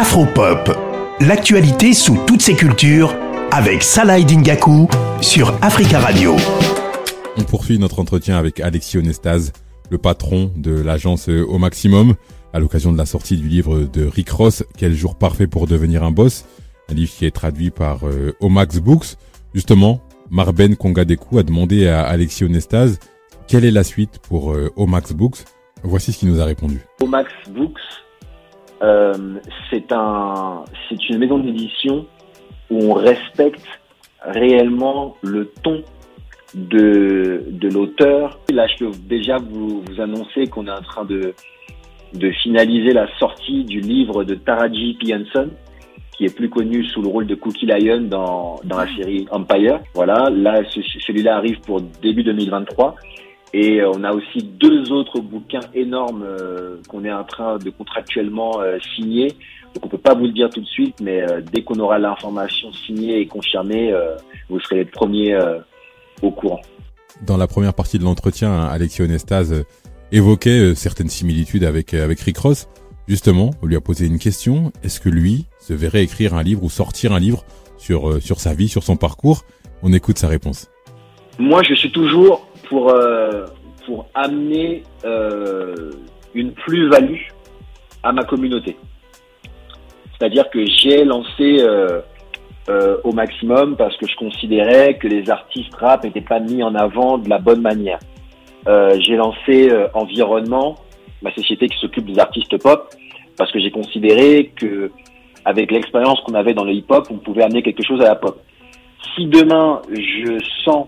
Afropop, l'actualité sous toutes ses cultures avec Salah Dingaku sur Africa Radio. On poursuit notre entretien avec Alexis Onestaz, le patron de l'agence Au Maximum, à l'occasion de la sortie du livre de Rick Ross, Quel jour parfait pour devenir un boss, un livre qui est traduit par Omax Books. Justement, Marben Kongadeku a demandé à Alexis Onestaz quelle est la suite pour Omax Books. Voici ce qu'il nous a répondu. Omax Books, c'est une maison d'édition où on respecte réellement le ton de l'auteur. Là, je peux déjà vous annoncer qu'on est en train de finaliser la sortie du livre de Taraji P. Henson, qui est plus connu sous le rôle de Cookie Lion dans la série Empire. Voilà, là, celui-là arrive pour début 2023. Et on a aussi 2 autres bouquins énormes qu'on est en train de contractuellement signer. Donc on peut pas vous le dire tout de suite, mais dès qu'on aura l'information signée et confirmée, vous serez les premiers au courant. Dans la première partie de l'entretien, Alexis Onestaz évoquait certaines similitudes avec Rick Ross. Justement, on lui a posé une question. Est-ce que lui se verrait écrire un livre ou sortir un livre sur sa vie, sur son parcours? On écoute sa réponse. Moi, je suis toujours pour amener une plus-value à ma communauté. C'est-à-dire que j'ai lancé Au Maximum parce que je considérais que les artistes rap n'étaient pas mis en avant de la bonne manière. J'ai lancé Environnement, ma société qui s'occupe des artistes pop, parce que j'ai considéré que avec l'expérience qu'on avait dans le hip-hop, on pouvait amener quelque chose à la pop. Si demain je sens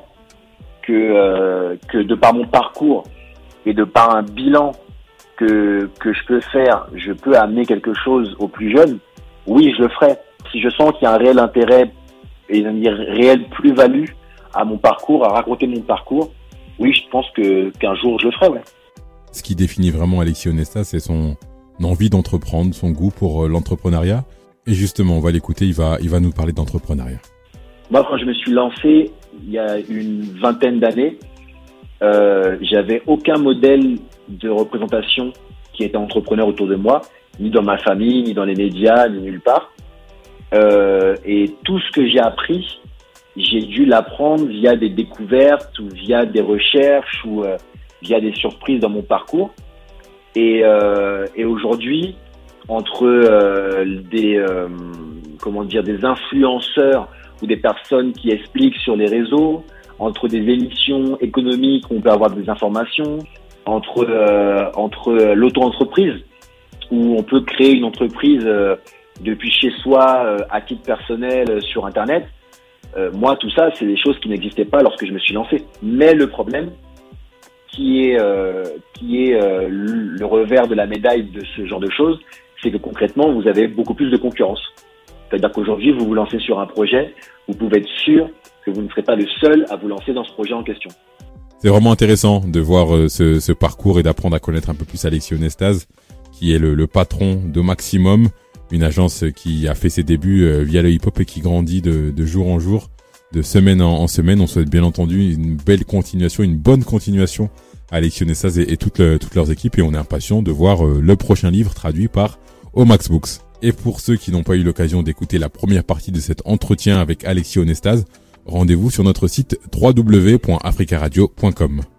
que de par mon parcours et de par un bilan que je peux faire, je peux amener quelque chose aux plus jeunes, oui, je le ferai. Si je sens qu'il y a un réel intérêt et une réelle plus-value à mon parcours, à raconter mon parcours, oui, je pense qu'un jour je le ferai, ouais. Ce qui définit vraiment Alexis Onestaz, c'est son envie d'entreprendre, son goût pour l'entrepreneuriat. Et justement, on va l'écouter, il va nous parler d'entrepreneuriat. Moi, quand je me suis lancé, il y a une vingtaine d'années, j'avais aucun modèle de représentation qui était entrepreneur autour de moi, ni dans ma famille, ni dans les médias, ni nulle part. Et tout ce que j'ai appris, j'ai dû l'apprendre via des découvertes ou via des recherches ou via des surprises dans mon parcours. Et aujourd'hui, entre des influenceurs ou des personnes qui expliquent sur les réseaux, entre des émissions économiques où on peut avoir des informations, entre l'auto-entreprise où on peut créer une entreprise depuis chez soi à titre personnel sur Internet. Moi, tout ça, c'est des choses qui n'existaient pas lorsque je me suis lancé. Mais le problème, qui est le revers de la médaille de ce genre de choses, c'est que concrètement, vous avez beaucoup plus de concurrence. C'est-à-dire qu'aujourd'hui, vous vous lancez sur un projet, vous pouvez être sûr que vous ne serez pas le seul à vous lancer dans ce projet en question. C'est vraiment intéressant de voir ce parcours et d'apprendre à connaître un peu plus Alexis Onestaz, qui est le patron d'Au Maximum, une agence qui a fait ses débuts via le hip-hop et qui grandit de jour en jour, de semaine en semaine. On souhaite bien entendu une bonne continuation à Alexis Onestaz et toutes leurs équipes, et on est impatient de voir le prochain livre traduit par Omax Books. Et pour ceux qui n'ont pas eu l'occasion d'écouter la première partie de cet entretien avec Alexis Onestaz, rendez-vous sur notre site www.africaradio.com.